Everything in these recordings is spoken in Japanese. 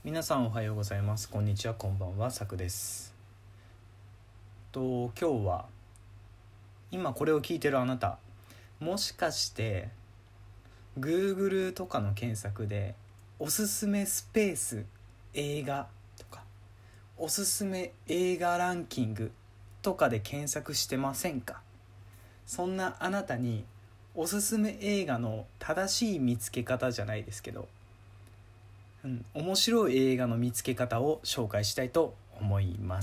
皆さんおはようございます。こんにちは、こんばんは、さくです。今日は今これを聞いてるあなた、もしかして Google とかの検索でおすすめスペース映画とかおすすめ映画ランキングとかで検索してませんか？そんなあなたにおすすめ映画の正しい見つけ方じゃないですけど、面白い映画の見つけ方を紹介したいと思います。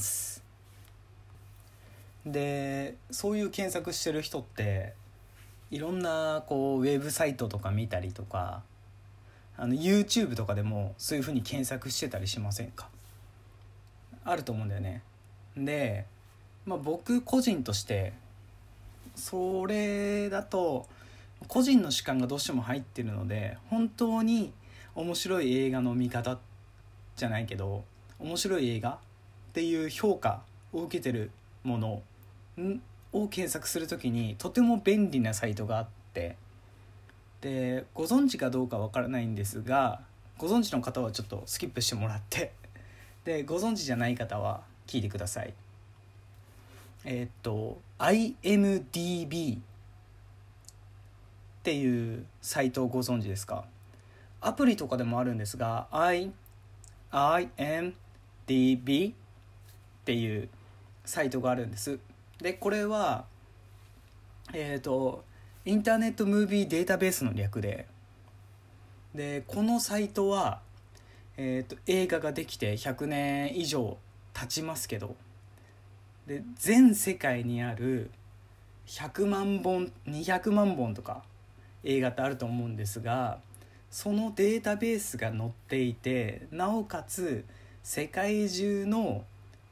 で、そういう検索してる人っていろんなウェブサイトとか見たりとか、YouTube とかでもそういう風に検索してたりしませんか？あると思うんだよね。で、僕個人としてそれだと個人の主観がどうしても入ってるので、本当に面白い映画の見方じゃないけど、面白い映画っていう評価を受けてるものを検索するときにとても便利なサイトがあって、でご存知かどうかわからないんですが、ご存知の方はちょっとスキップしてもらって、でご存知じゃない方は聞いてください。IMDB っていうサイトをご存知ですか？アプリとかでもあるんですが、IMDB っていうサイトがあるんです。でこれはインターネットムービーデータベースの略で、このサイトは、映画ができて100年以上経ちますけど、で全世界にある100万本200万本とか映画ってあると思うんですが、そのデータベースが載っていて、なおかつ世界中の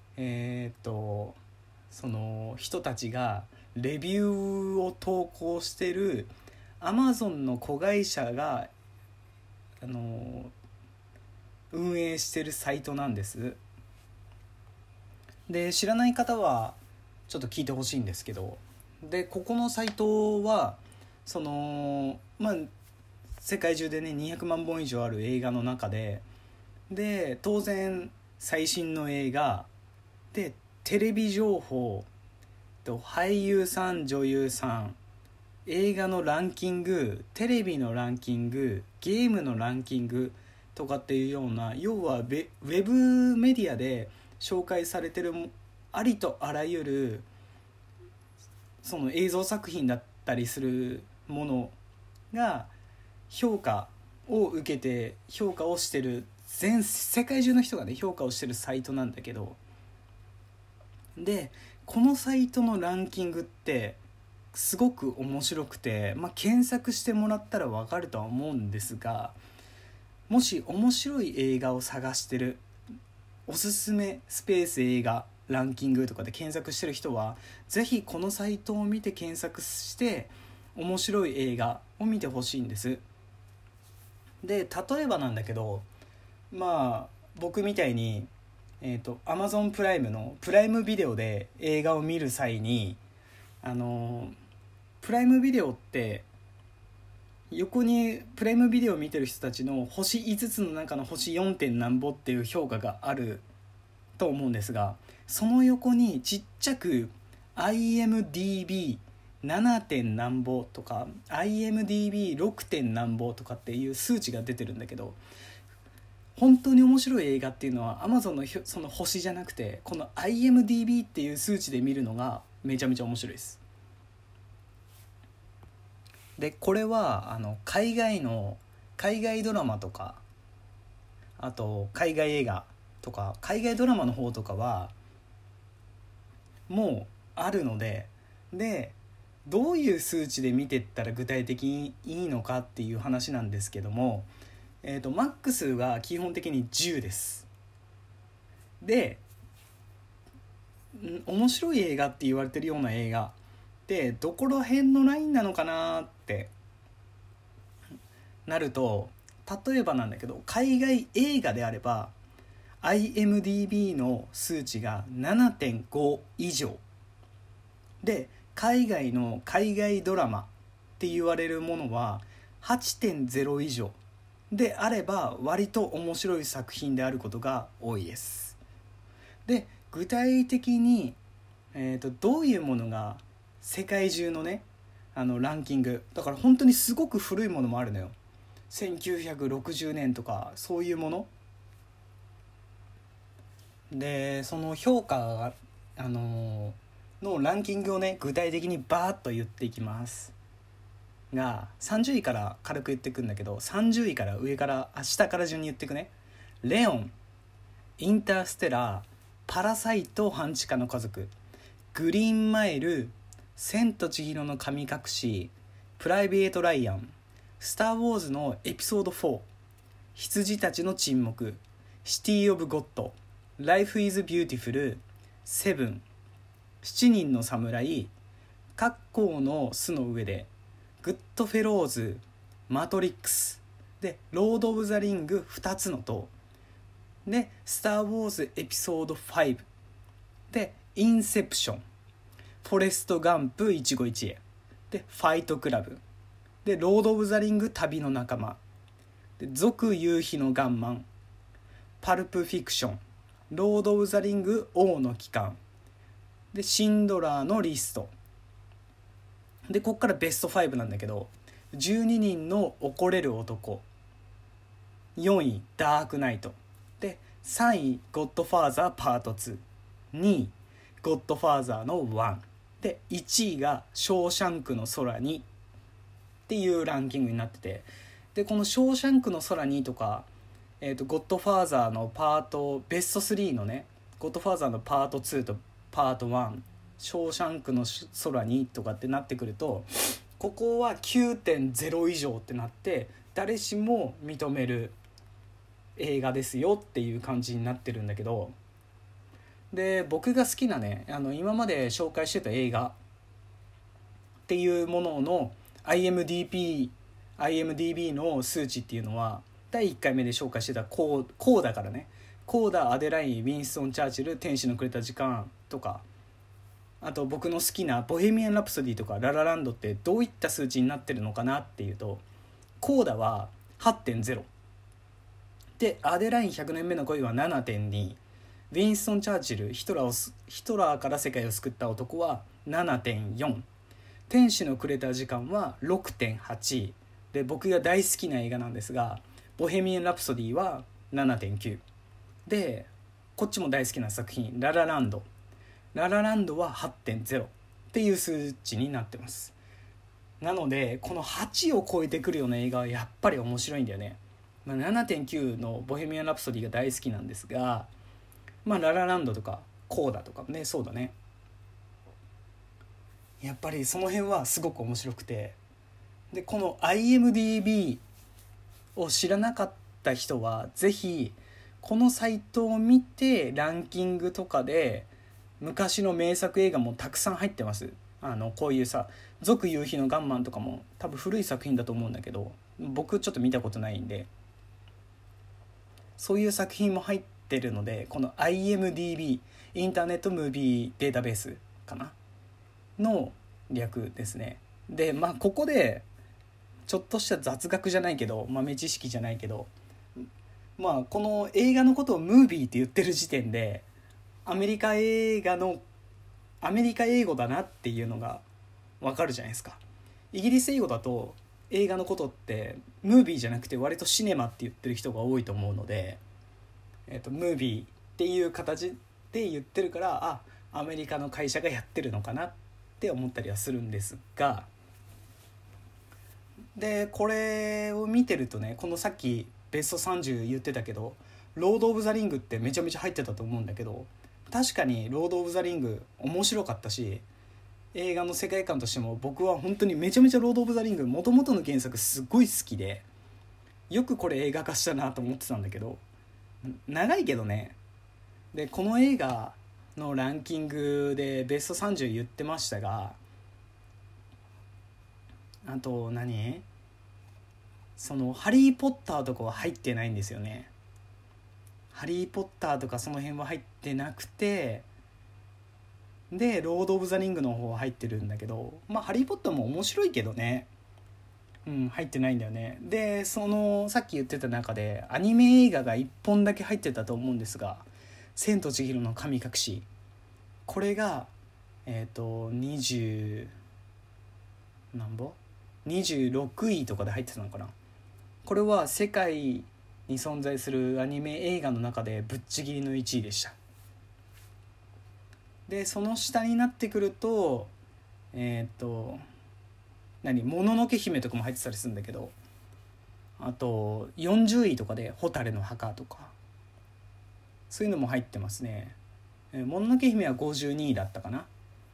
その人たちがレビューを投稿してる Amazon の子会社が運営してるサイトなんです。で知らない方はちょっと聞いてほしいんですけど、でここのサイトは世界中でね200万本以上ある映画の中で、当然最新の映画でテレビ情報と俳優さん女優さん、映画のランキング、テレビのランキング、ゲームのランキングとかっていうような、要はウェブメディアで紹介されてるありとあらゆるその映像作品だったりするものが評価を受けて、評価をしてる全世界中の人がね評価をしてるサイトなんだけど、でこのサイトのランキングってすごく面白くて、検索してもらったら分かるとは思うんですが、もし面白い映画を探してる、おすすめスペース映画ランキングとかで検索してる人はぜひこのサイトを見て検索して面白い映画を見てほしいんです。で例えばなんだけど、僕みたいにAmazon プライムのプライムビデオで映画を見る際に、プライムビデオって横にプライムビデオを見てる人たちの星5つの中の星 4. 点何ぼっていう評価があると思うんですが、その横にちっちゃく IMDB7. 点何ぼとか IMDB6. 点何ぼとかっていう数値が出てるんだけど、本当に面白い映画っていうのは Amazon のその星じゃなくて、この IMDB っていう数値で見るのがめちゃめちゃ面白いです。でこれは海外ドラマとか、あと海外映画とか海外ドラマの方とかはもうあるので、どういう数値で見てったら具体的にいいのかっていう話なんですけども、マックスが基本的に10です。で面白い映画って言われてるような映画でどこら辺のラインなのかなってなると、例えばなんだけど、海外映画であれば IMDB の数値が 7.5 以上で、海外ドラマって言われるものは 8.0 以上であれば割と面白い作品であることが多いです。で具体的に、どういうものが世界中のねランキングだから本当にすごく古いものもあるのよ。1960年とかそういうもので、その評価がのランキングをね具体的にバーッと言っていきますが、30位から軽く言っていくんだけど、30位から上から下から順に言っていくね。レオン、インターステラー、パラサイト半地下の家族、グリーンマイル、千と千尋の神隠し、プライベート・ライアン、スター・ウォーズのエピソード4、羊たちの沈黙、シティ・オブ・ゴッド、ライフ・イズ・ビューティフル、セブン、7人の侍、カッコウの巣の上で、グッドフェローズ、マトリックスで、ロード・オブ・ザ・リング2つの塔で、スター・ウォーズエピソード5で、インセプション、フォレスト・ガンプ一期一会で、ファイト・クラブで、ロード・オブ・ザ・リング旅の仲間で、続夕日のガンマン、パルプ・フィクション、ロード・オブ・ザ・リング王の帰還で、シンドラーのリストで、こっからベスト5なんだけど、12人の怒れる男、4位ダークナイトで、3位ゴッドファーザーパート2、2位ゴッドファーザーの1で、1位がショーシャンクの空にっていうランキングになってて、でこのショーシャンクの空にとか、ゴッドファーザーのパートベスト3のね、ゴッドファーザーのパート2とパート1、ショーシャンクの空にとかってなってくると、ここは 9.0 以上ってなって、誰しも認める映画ですよっていう感じになってるんだけど、で僕が好きなね今まで紹介してた映画っていうものの IMDB の数値っていうのは、第1回目で紹介してたコーダからね、コーダ、アデライン、ウィンストン・チャーチル、天使のくれた時間とか、あと僕の好きなボヘミアン・ラプソディとかララランドってどういった数値になってるのかなっていうと、コーダは 8.0 で、アデライン100年目の恋は 7.2、 ウィンストン・チャーチル、ヒトラーから世界を救った男は 7.4、 天使のくれた時間は 6.8 で、僕が大好きな映画なんですがボヘミアン・ラプソディは 7.9 で、こっちも大好きな作品ララランドは 8.0 っていう数値になってます。なのでこの8を超えてくるような映画はやっぱり面白いんだよね。7.9 のボヘミアン・ラプソディが大好きなんですが、ララランドとかコーダとかね、そうだね、やっぱりその辺はすごく面白くて、でこの IMDB を知らなかった人はぜひこのサイトを見て、ランキングとかで昔の名作映画もたくさん入ってます。こういうさ、続夕日のガンマンとかも多分古い作品だと思うんだけど、僕ちょっと見たことないんで、そういう作品も入ってるので、この IMDB インターネットムービーデータベースかなの略ですね。でここでちょっとした雑学じゃないけど、豆知識じゃないけど、この映画のことをムービーって言ってる時点でアメリカ英語だなっていうのがわかるじゃないですか。イギリス英語だと映画のことってムービーじゃなくて割とシネマって言ってる人が多いと思うので、ムービーっていう形で言ってるから、アメリカの会社がやってるのかなって思ったりはするんですが、でこれを見てるとね、このさっきベスト30言ってたけど、ロード・オブ・ザ・リングってめちゃめちゃ入ってたと思うんだけど、確かにロード・オブ・ザ・リング面白かったし、映画の世界観としても僕は本当にめちゃめちゃロード・オブ・ザ・リング元々の原作すごい好きで、よくこれ映画化したなと思ってたんだけど、長いけどね。でこの映画のランキングでベスト30言ってましたが、あとそのハリー・ポッターとかは入ってないんですよね。ハリー・ポッターとかその辺は入ってなくて、でロード・オブ・ザ・リングの方は入ってるんだけど、ハリー・ポッターも面白いけどね、 入ってないんだよね。でさっき言ってた中でアニメ映画が1本だけ入ってたと思うんですが、千と千尋の神隠し、これが20何ぼ26位とかで入ってたのかな。これは世界に存在するアニメ映画の中でぶっちぎりの1位でした。でその下になってくるともののけ姫とかも入ってたりするんだけど、あと40位とかで蛍の墓とか、そういうのも入ってますね。もののけ姫は52位だったかな。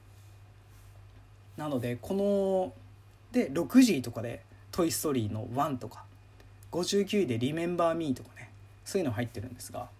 なのでで6時とかでトイストーリーの1とか、59位でリメンバーミーとかね、そういうの入ってるんですが、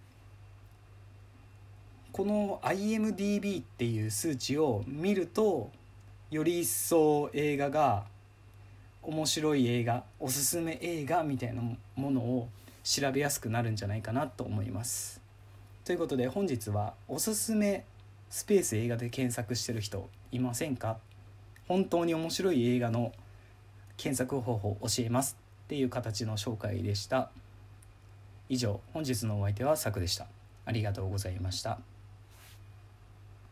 この IMDB っていう数値を見ると、より一層映画が面白い映画、おすすめ映画みたいなものを調べやすくなるんじゃないかなと思います。ということで本日はおすすめスペース映画で検索してる人いませんか、本当に面白い映画の検索方法を教えますっていう形の紹介でした。以上、本日のお相手はサクでした。ありがとうございました。